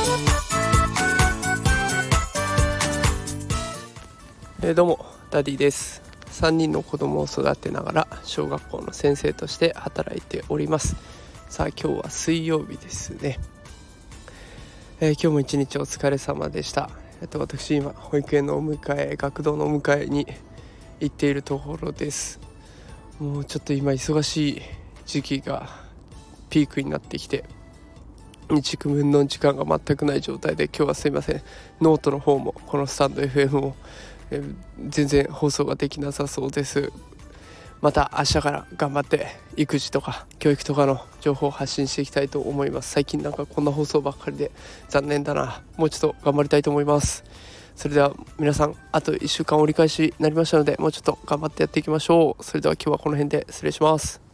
どうもダディです。3人の子供を育てながら小学校の先生として働いております。さあ今日は水曜日ですね。今日も一日お疲れ様でした。私今保育園のお迎え、学童のお迎えに行っているところです。もうちょっと今忙しい時期がピークになってきて、1分の時間が全くない状態で、今日はすいません。ノートの方もこのスタンド FM も全然放送ができなさそうです。また明日から頑張って育児とか教育とかの情報を発信していきたいと思います。最近なんかこんな放送ばっかりで残念だな。もうちょっと頑張りたいと思います。それでは皆さん、あと1週間折り返しになりましたので、もうちょっと頑張ってやっていきましょう。それでは今日はこの辺で失礼します。